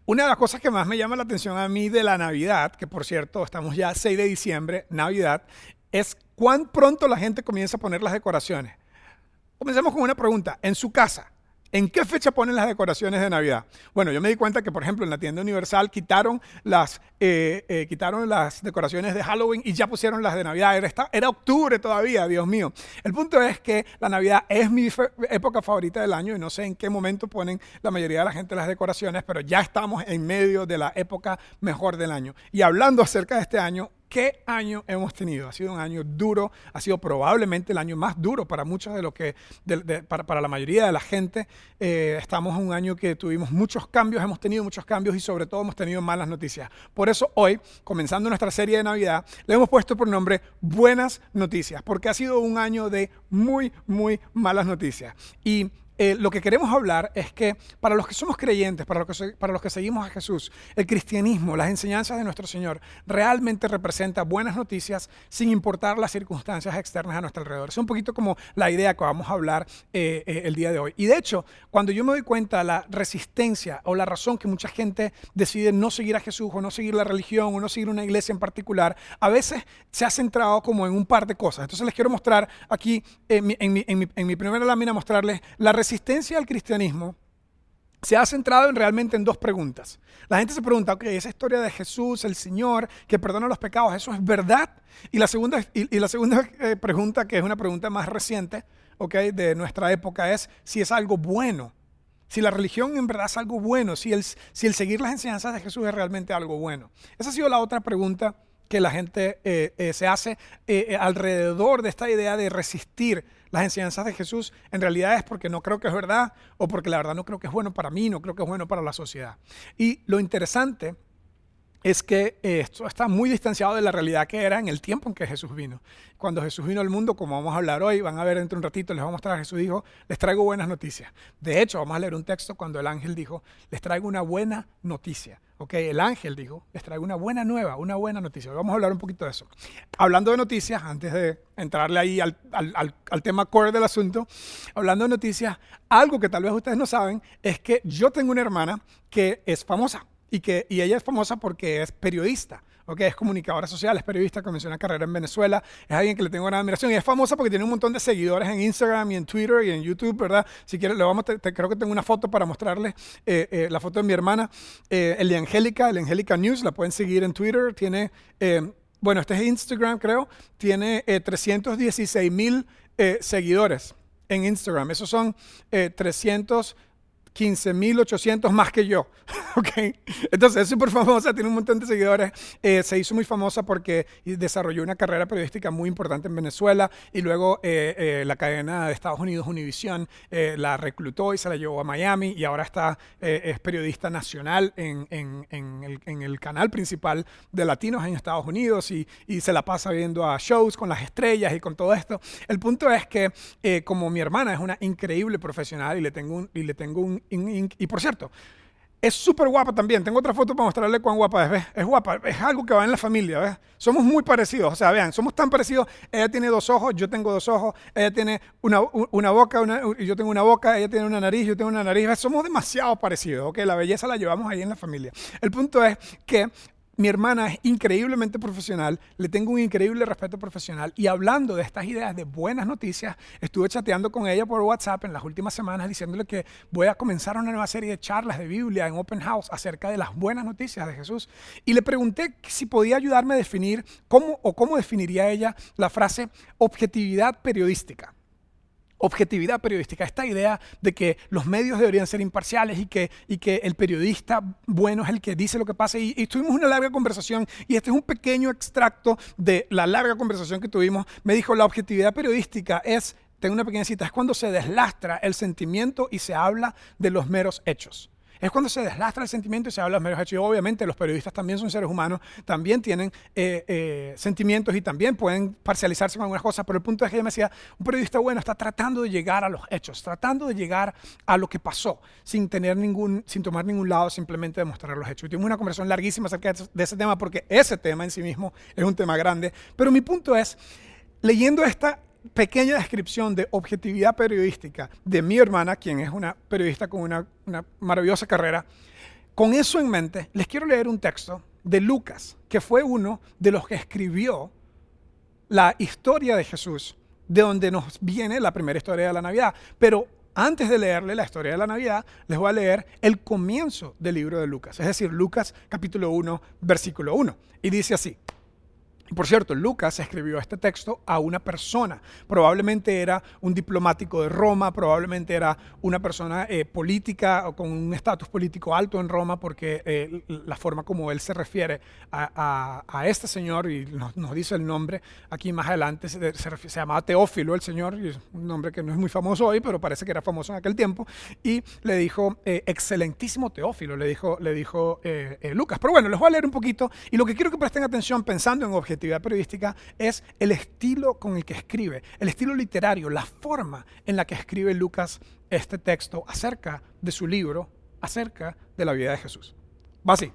Una de las cosas que más me llama la atención a mí de la Navidad, que por cierto estamos ya 6 de diciembre, Navidad, es cuán pronto la gente comienza a poner las decoraciones. Comencemos con una pregunta. En su casa, ¿en qué fecha ponen las decoraciones de Navidad? Bueno, yo me di cuenta que, por ejemplo, en la tienda Universal quitaron las decoraciones de Halloween y ya pusieron las de Navidad. Era octubre todavía, Dios mío. El punto es que la Navidad es mi época favorita del año y no sé en qué momento ponen la mayoría de la gente las decoraciones, pero ya estamos en medio de la época mejor del año. Y hablando acerca de este año, ¿qué año hemos tenido? Ha sido un año duro, ha sido probablemente el año más duro para muchos de lo que, para la mayoría de la gente. Estamos en un año que tuvimos muchos cambios, hemos tenido muchos cambios y sobre todo hemos tenido malas noticias. Por eso hoy, comenzando nuestra serie de Navidad, le hemos puesto por nombre Buenas Noticias, porque ha sido un año de muy, muy malas noticias. Y lo que queremos hablar es que para los que somos creyentes, para los que seguimos a Jesús, el cristianismo, las enseñanzas de nuestro Señor, realmente representa buenas noticias sin importar las circunstancias externas a nuestro alrededor. Es un poquito como la idea que vamos a hablar el día de hoy. Y de hecho, cuando yo me doy cuenta de la resistencia o la razón que mucha gente decide no seguir a Jesús o no seguir la religión o no seguir una iglesia en particular, a veces se ha centrado como en un par de cosas. Entonces les quiero mostrar aquí en mi primera lámina, mostrarles la resistencia al cristianismo se ha centrado realmente en dos preguntas. La gente se pregunta, ok, esa historia de Jesús, el Señor, que perdona los pecados, ¿eso es verdad? Y la segunda pregunta, que es una pregunta más reciente, okay, de nuestra época, es si es algo bueno. Si la religión en verdad es algo bueno, si el seguir las enseñanzas de Jesús es realmente algo bueno. Esa ha sido la otra pregunta que la gente se hace alrededor de esta idea de resistir las enseñanzas de Jesús. En realidad es porque no creo que es verdad o porque la verdad no creo que es bueno para mí, no creo que es bueno para la sociedad. Y lo interesante es que esto está muy distanciado de la realidad que era en el tiempo en que Jesús vino. Cuando Jesús vino al mundo, como vamos a hablar hoy, van a ver dentro de un ratito, les voy a mostrar, Jesús dijo, les traigo buenas noticias. De hecho, vamos a leer un texto cuando el ángel dijo, les traigo una buena noticia. Okay, el ángel dijo, les traigo una buena nueva, una buena noticia. Hoy vamos a hablar un poquito de eso. Hablando de noticias, antes de entrarle ahí al tema core del asunto, hablando de noticias, algo que tal vez ustedes no saben es que yo tengo una hermana que es famosa. Y ella es famosa porque es periodista, ¿okay? Es comunicadora social, es periodista, comenzó una carrera en Venezuela, es alguien que le tengo gran admiración y es famosa porque tiene un montón de seguidores en Instagram y en Twitter y en YouTube, ¿verdad? Si quieres, creo que tengo una foto para mostrarles, la foto de mi hermana, el Angélica News, la pueden seguir en Twitter, tiene, bueno, este es Instagram creo, tiene 316,000 seguidores en Instagram, esos son 315,800 más que yo, ¿ok? Entonces es súper famosa, tiene un montón de seguidores, se hizo muy famosa porque desarrolló una carrera periodística muy importante en Venezuela y luego la cadena de Estados Unidos, Univision, la reclutó y se la llevó a Miami y ahora es periodista nacional en el canal principal de latinos en Estados Unidos y se la pasa viendo a shows con las estrellas y con todo esto. El punto es que como mi hermana es una increíble profesional y le tengo un y por cierto, es súper guapa también. Tengo otra foto para mostrarle cuán guapa es. ¿Ves? Es guapa, es algo que va en la familia. ¿Ves? Somos muy parecidos. O sea, vean, somos tan parecidos. Ella tiene 2 ojos, yo tengo 2 ojos. Ella tiene una boca, yo tengo una boca. Ella tiene una nariz, yo tengo una nariz. ¿Ves? Somos demasiado parecidos. ¿Okay? La belleza la llevamos ahí en la familia. El punto es que mi hermana es increíblemente profesional, le tengo un increíble respeto profesional y hablando de estas ideas de buenas noticias, estuve chateando con ella por WhatsApp en las últimas semanas diciéndole que voy a comenzar una nueva serie de charlas de Biblia en Open House acerca de las buenas noticias de Jesús. Y le pregunté si podía ayudarme a definir cómo definiría ella la frase objetividad periodística. Objetividad periodística, esta idea de que los medios deberían ser imparciales y que el periodista bueno es el que dice lo que pasa. Y tuvimos una larga conversación y este es un pequeño extracto de la larga conversación que tuvimos. Me dijo, la objetividad periodística tengo una pequeña cita, es cuando se deslastra el sentimiento y se habla de los meros hechos. Es cuando se deslastra el sentimiento y se habla de los meros hechos. Y obviamente los periodistas también son seres humanos, también tienen sentimientos y también pueden parcializarse con algunas cosas. Pero el punto es que ella me decía, un periodista bueno está tratando de llegar a los hechos, tratando de llegar a lo que pasó, sin tomar ningún lado, simplemente demostrar los hechos. Y tuvimos una conversación larguísima acerca de ese tema, porque ese tema en sí mismo es un tema grande. Pero mi punto es, leyendo esta pequeña descripción de objetividad periodística de mi hermana, quien es una periodista con una maravillosa carrera, Con eso en mente, les quiero leer un texto de Lucas, que fue uno de los que escribió la historia de Jesús, de donde nos viene la primera historia de la Navidad. Pero antes de leerle la historia de la Navidad, les voy a leer el comienzo del libro de Lucas, es decir, Lucas capítulo 1, versículo 1. Y dice así. Por cierto, Lucas escribió este texto a una persona. Probablemente era un diplomático de Roma, probablemente era una persona política o con un estatus político alto en Roma, porque la forma como él se refiere a este señor, y nos dice el nombre aquí más adelante, se llamaba Teófilo el señor, y es un nombre que no es muy famoso hoy, pero parece que era famoso en aquel tiempo, y le dijo, excelentísimo Teófilo, le dijo Lucas. Pero bueno, les voy a leer un poquito, y lo que quiero que presten atención pensando en objetividad periodística es el estilo con el que escribe, el estilo literario, la forma en la que escribe Lucas este texto acerca de su libro, acerca de la vida de Jesús. Va así.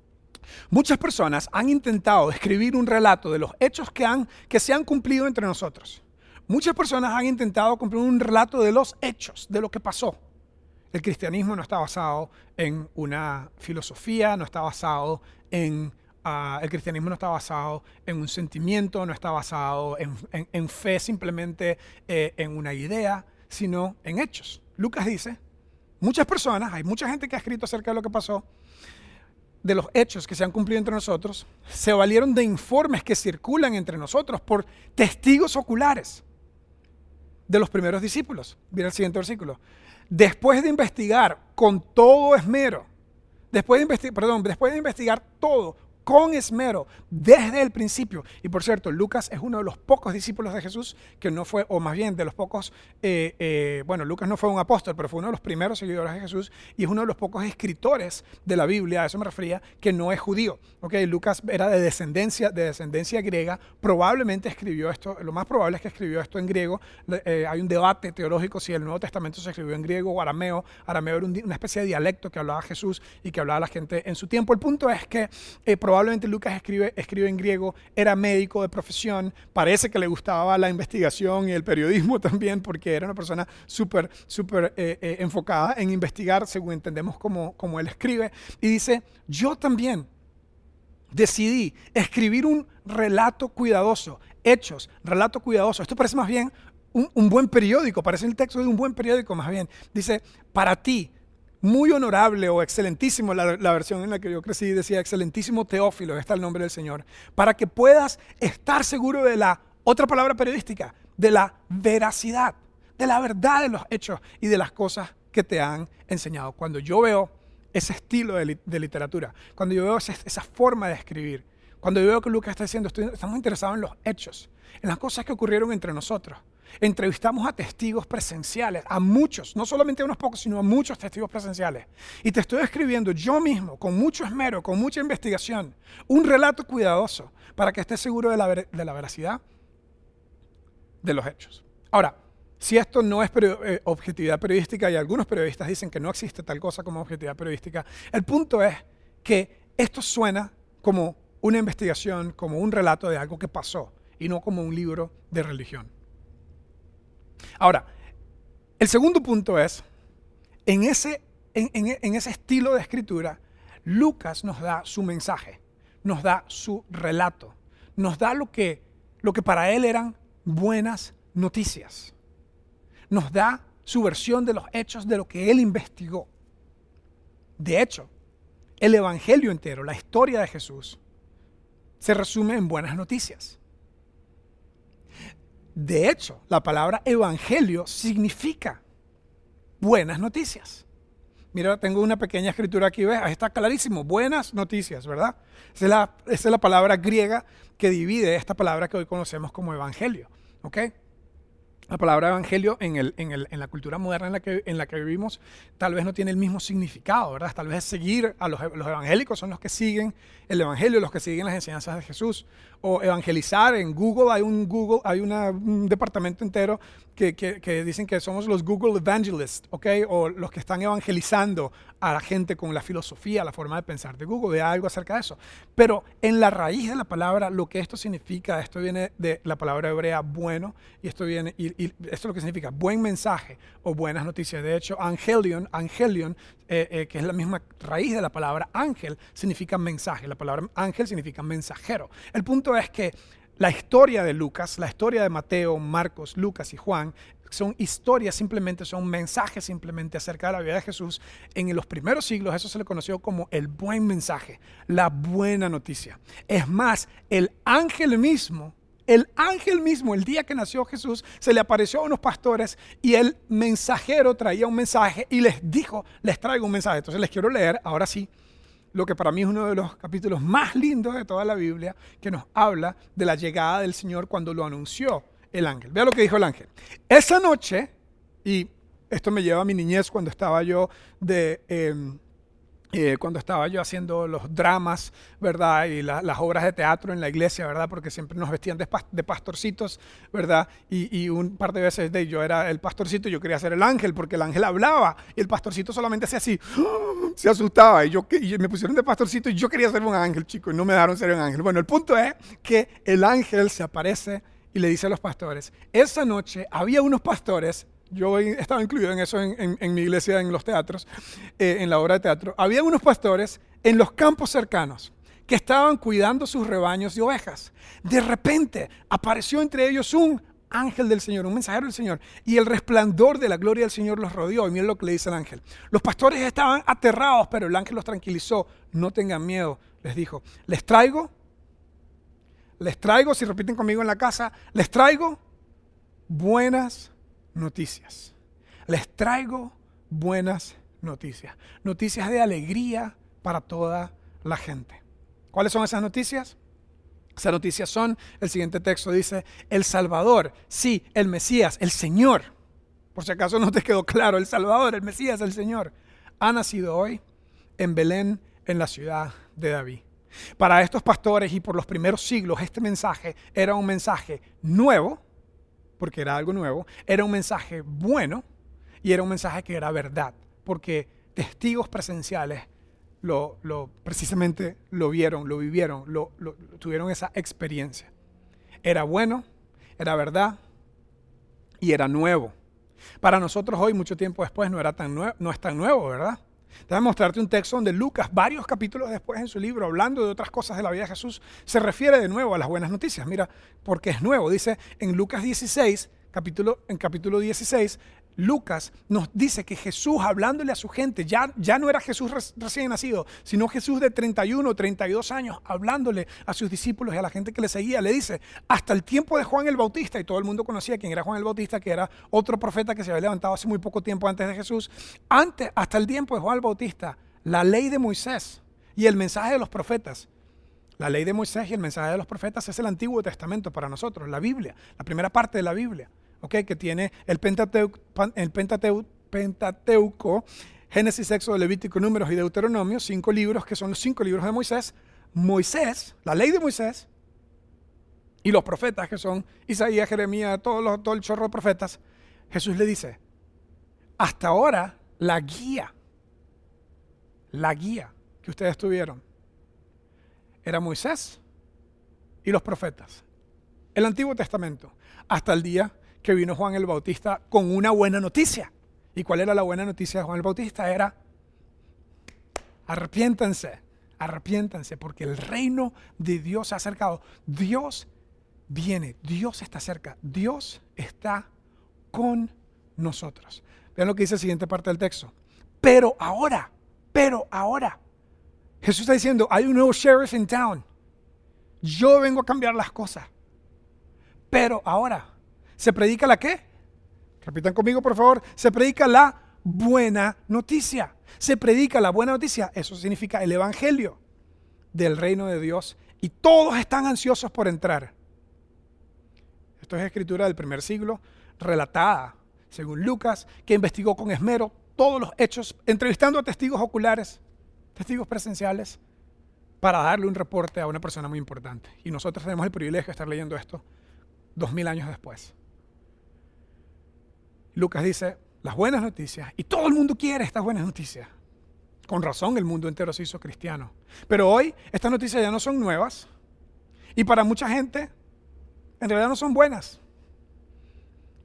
Muchas personas han intentado escribir un relato de los hechos que se han cumplido entre nosotros. Muchas personas han intentado cumplir un relato de los hechos, de lo que pasó. El cristianismo no está basado en una filosofía, no está basado en el cristianismo no está basado en un sentimiento, no está basado en fe, simplemente en una idea, sino en hechos. Lucas dice, muchas personas, hay mucha gente que ha escrito acerca de lo que pasó, de los hechos que se han cumplido entre nosotros, se valieron de informes que circulan entre nosotros por testigos oculares de los primeros discípulos. Mira el siguiente versículo. Después de investigar con todo esmero, después de investigar todo con esmero, desde el principio. Y por cierto, Lucas es uno de los pocos discípulos de Jesús que no fue, o más bien de los pocos, Lucas no fue un apóstol, pero fue uno de los primeros seguidores de Jesús y es uno de los pocos escritores de la Biblia, a eso me refería, que no es judío. Lucas era de descendencia griega, probablemente escribió esto, lo más probable es que escribió esto en griego. Hay un debate teológico si el Nuevo Testamento se escribió en griego o arameo. Arameo era una especie de dialecto que hablaba Jesús y que hablaba la gente en su tiempo. El punto es que probablemente Lucas escribe en griego, era médico de profesión, parece que le gustaba la investigación y el periodismo también, porque era una persona súper enfocada en investigar, según entendemos como él escribe. Y dice, yo también decidí escribir un relato cuidadoso, hechos, relato cuidadoso. Esto parece más bien un buen periódico, parece el texto de un buen periódico más bien. Dice, para ti, muy honorable o excelentísimo, la versión en la que yo crecí decía excelentísimo Teófilo, está el nombre del Señor, para que puedas estar seguro de la otra palabra periodística, de la veracidad, de la verdad de los hechos y de las cosas que te han enseñado. Cuando yo veo ese estilo de literatura, cuando yo veo esa forma de escribir, cuando yo veo que Lucas está diciendo, estamos interesados en los hechos, en las cosas que ocurrieron entre nosotros. Entrevistamos a testigos presenciales, a muchos, no solamente a unos pocos, sino a muchos testigos presenciales. Y te estoy escribiendo yo mismo, con mucho esmero, con mucha investigación, un relato cuidadoso para que estés seguro de la veracidad de los hechos. Ahora, si esto no es objetividad periodística, y algunos periodistas dicen que no existe tal cosa como objetividad periodística, el punto es que esto suena como una investigación, como un relato de algo que pasó, y no como un libro de religión. Ahora, el segundo punto es, en ese estilo de escritura, Lucas nos da su mensaje, nos da su relato, nos da lo que para él eran buenas noticias. Nos da su versión de los hechos de lo que él investigó. De hecho, el evangelio entero, la historia de Jesús, se resume en buenas noticias. De hecho, la palabra evangelio significa buenas noticias. Mira, tengo una pequeña escritura aquí, ¿ves? Ahí está clarísimo, buenas noticias, ¿verdad? Esa es la palabra griega que divide esta palabra que hoy conocemos como evangelio, ¿ok? La palabra evangelio en la cultura moderna en la que vivimos tal vez no tiene el mismo significado, ¿verdad? Tal vez seguir a los evangélicos son los que siguen el evangelio, los que siguen las enseñanzas de Jesús. O evangelizar en Google, hay un departamento entero que dicen que somos los Google Evangelists, ¿ok? O los que están evangelizando a la gente con la filosofía, la forma de pensar de Google, de algo acerca de eso. Pero en la raíz de la palabra, lo que esto significa, esto viene de la palabra hebrea bueno, y esto viene, y y esto es lo que significa buen mensaje o buenas noticias. De hecho, angelion, que es la misma raíz de la palabra ángel, significa mensaje. La palabra ángel significa mensajero. El punto es que la historia de Lucas, la historia de Mateo, Marcos, Lucas y Juan, son historias simplemente, son mensajes simplemente acerca de la vida de Jesús. En los primeros siglos eso se le conoció como el buen mensaje, la buena noticia. Es más, el ángel mismo, el día que nació Jesús, se le apareció a unos pastores y el mensajero traía un mensaje y les dijo, les traigo un mensaje. Entonces les quiero leer, ahora sí, lo que para mí es uno de los capítulos más lindos de toda la Biblia, que nos habla de la llegada del Señor cuando lo anunció el ángel. Vea lo que dijo el ángel. Esa noche, y esto me lleva a mi niñez cuando estaba yo haciendo los dramas, ¿verdad? Y las obras de teatro en la iglesia, ¿verdad? Porque siempre nos vestían de pastorcitos, ¿verdad? Y un par de veces yo era el pastorcito y yo quería ser el ángel porque el ángel hablaba y el pastorcito solamente hacía así, se asustaba y me pusieron de pastorcito y yo quería ser un ángel, chico, y no me dejaron ser un ángel. Bueno, el punto es que el ángel se aparece y le dice a los pastores, esa noche había unos pastores. Yo estaba incluido en eso en mi iglesia, en los teatros, en la obra de teatro. Había unos pastores en los campos cercanos que estaban cuidando sus rebaños y ovejas. De repente apareció entre ellos un ángel del Señor, un mensajero del Señor, y el resplandor de la gloria del Señor los rodeó. Y miren lo que le dice el ángel. Los pastores estaban aterrados, pero el ángel los tranquilizó. No tengan miedo, les dijo. Les traigo, si repiten conmigo en la casa, les traigo buenas noticias. Les traigo buenas noticias. Noticias de alegría para toda la gente. ¿Cuáles son esas noticias? Esas noticias son, el siguiente texto dice, el Salvador, sí, el Mesías, el Señor. Por si acaso no te quedó claro, el Salvador, el Mesías, el Señor, ha nacido hoy en Belén, en la ciudad de David. Para estos pastores y por los primeros siglos, este mensaje era un mensaje nuevo, porque era algo nuevo, era un mensaje bueno y era un mensaje que era verdad, porque testigos presenciales precisamente lo vieron, lo vivieron, tuvieron esa experiencia. Era bueno, era verdad y era nuevo. Para nosotros hoy, mucho tiempo después, no es tan nuevo, ¿verdad? Déjame mostrarte un texto donde Lucas, varios capítulos después en su libro, hablando de otras cosas de la vida de Jesús, se refiere de nuevo a las buenas noticias. Mira, porque es nuevo. Dice en Lucas 16, capítulo 16, Lucas nos dice que Jesús, hablándole a su gente, ya no era Jesús recién nacido, sino Jesús de 31, 32 años, hablándole a sus discípulos y a la gente que le seguía. Le dice, hasta el tiempo de Juan el Bautista, y todo el mundo conocía quién era Juan el Bautista, que era otro profeta que se había levantado hace muy poco tiempo antes de Jesús. Hasta el tiempo de Juan el Bautista, la ley de Moisés y el mensaje de los profetas. La ley de Moisés y el mensaje de los profetas es el Antiguo Testamento para nosotros, la Biblia, la primera parte de la Biblia. Okay, que tiene el Pentateuco, Génesis, Éxodo, Levítico, Números y Deuteronomio, 5 libros que son los 5 libros de Moisés. Moisés, la ley de Moisés, y los profetas que son Isaías, Jeremías, todo el chorro de profetas. Jesús le dice, hasta ahora la guía que ustedes tuvieron era Moisés y los profetas, el Antiguo Testamento, hasta el día que vino Juan el Bautista con una buena noticia. ¿Y cuál era la buena noticia de Juan el Bautista? Era, arrepiéntanse, porque el reino de Dios se ha acercado. Dios viene, Dios está cerca, Dios está con nosotros. Vean lo que dice la siguiente parte del texto. Pero ahora, Jesús está diciendo, hay un nuevo sheriff in town. Yo vengo a cambiar las cosas. Pero ahora, ¿se predica la qué? Repitan conmigo, por favor. Se predica la buena noticia. Se predica la buena noticia. Eso significa el evangelio del reino de Dios. Y todos están ansiosos por entrar. Esto es escritura del primer siglo, relatada, según Lucas, que investigó con esmero todos los hechos, entrevistando a testigos oculares, testigos presenciales, para darle un reporte a una persona muy importante. Y nosotros tenemos el privilegio de estar leyendo esto 2000 años después. Lucas dice, las buenas noticias, y todo el mundo quiere estas buenas noticias. Con razón el mundo entero se hizo cristiano. Pero hoy estas noticias ya no son nuevas, y para mucha gente en realidad no son buenas.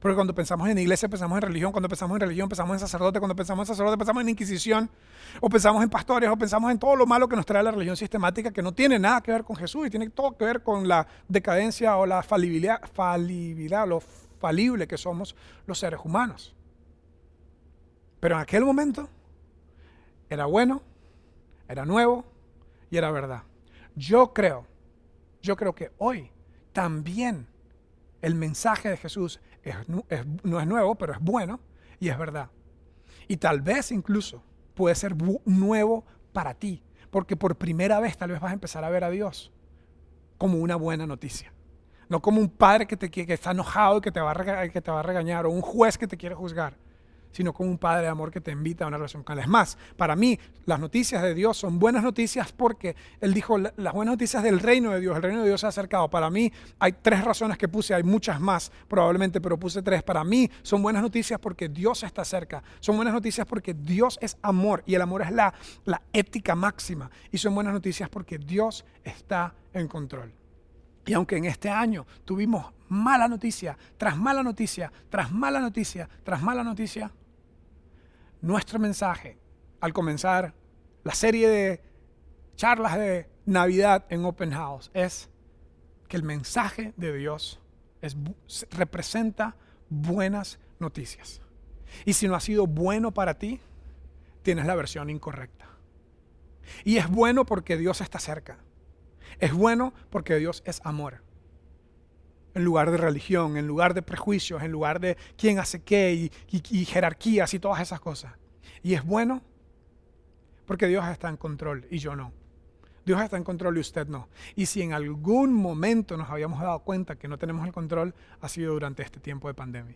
Porque cuando pensamos en iglesia, pensamos en religión. Cuando pensamos en religión, pensamos en sacerdote. Cuando pensamos en sacerdote, pensamos en inquisición. O pensamos en pastores, o pensamos en todo lo malo que nos trae la religión sistemática, que no tiene nada que ver con Jesús y tiene todo que ver con la decadencia o la falibilidad, lo falible que somos los seres humanos. Pero en aquel momento era bueno, era nuevo y era verdad. Yo creo que hoy también el mensaje de Jesús no es nuevo, pero es bueno y es verdad. Y tal vez incluso puede ser nuevo para ti, porque por primera vez tal vez vas a empezar a ver a Dios como una buena noticia. No como un padre que está enojado y que te va a regañar, o un juez que te quiere juzgar, sino como un padre de amor que te invita a una relación con él. Es más, para mí, las noticias de Dios son buenas noticias porque Él dijo, las buenas noticias del reino de Dios, el reino de Dios se ha acercado. Para mí, hay 3 razones que puse, hay muchas más probablemente, pero puse 3. Para mí, son buenas noticias porque Dios está cerca. Son buenas noticias porque Dios es amor y el amor es la ética máxima. Y son buenas noticias porque Dios está en control. Y aunque en este año tuvimos mala noticia, tras mala noticia, tras mala noticia, tras mala noticia, nuestro mensaje al comenzar la serie de charlas de Navidad en Open House es que el mensaje de Dios representa buenas noticias. Y si no ha sido bueno para ti, tienes la versión incorrecta. Y es bueno porque Dios está cerca. Es bueno porque Dios es amor. En lugar de religión, en lugar de prejuicios, en lugar de quién hace qué y jerarquías y todas esas cosas. Y es bueno porque Dios está en control y yo no. Dios está en control y usted no. Y si en algún momento nos habíamos dado cuenta que no tenemos el control, ha sido durante este tiempo de pandemia.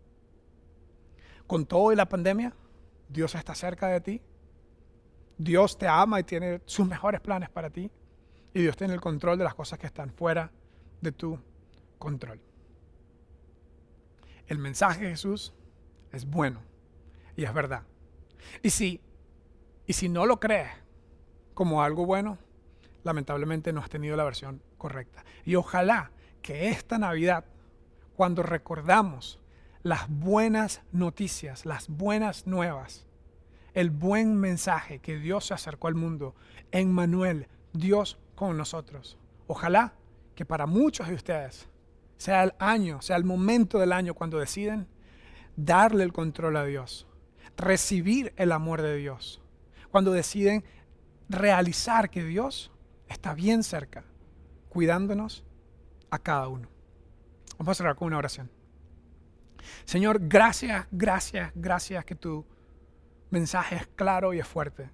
Con todo y la pandemia, Dios está cerca de ti. Dios te ama y tiene sus mejores planes para ti. Y Dios tiene el control de las cosas que están fuera de tu control. El mensaje de Jesús es bueno y es verdad. Y si no lo crees como algo bueno, lamentablemente no has tenido la versión correcta. Y ojalá que esta Navidad, cuando recordamos las buenas noticias, las buenas nuevas, el buen mensaje que Dios se acercó al mundo, Emmanuel, Dios con nosotros. Ojalá que para muchos de ustedes sea el año, sea el momento del año cuando deciden darle el control a Dios, recibir el amor de Dios, cuando deciden realizar que Dios está bien cerca, cuidándonos a cada uno. Vamos a cerrar con una oración. Señor, gracias que tu mensaje es claro y es fuerte.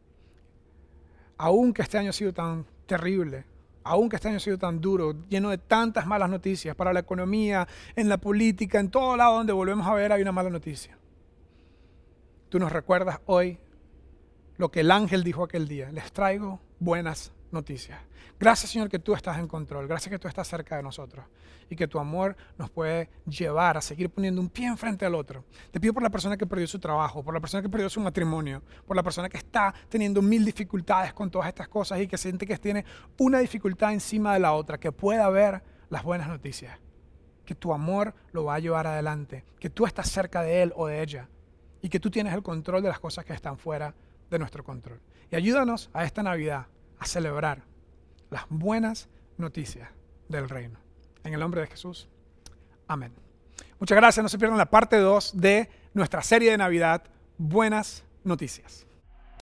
Aún que este año ha sido tan terrible, aún que este año ha sido tan duro, lleno de tantas malas noticias para la economía, en la política, en todo lado donde volvemos a ver hay una mala noticia. Tú nos recuerdas hoy lo que el ángel dijo aquel día. Les traigo buenas noticias. Gracias, Señor, que tú estás en control. Gracias que tú estás cerca de nosotros y que tu amor nos puede llevar a seguir poniendo un pie enfrente al otro. Te pido por la persona que perdió su trabajo, por la persona que perdió su matrimonio, por la persona que está teniendo 1000 dificultades con todas estas cosas y que siente que tiene una dificultad encima de la otra, que pueda ver las buenas noticias, que tu amor lo va a llevar adelante, que tú estás cerca de él o de ella y que tú tienes el control de las cosas que están fuera de nuestro control. Y ayúdanos a esta Navidad a celebrar las buenas noticias del reino. En el nombre de Jesús. Amén. Muchas gracias. No se pierdan la parte 2 de nuestra serie de Navidad, Buenas Noticias.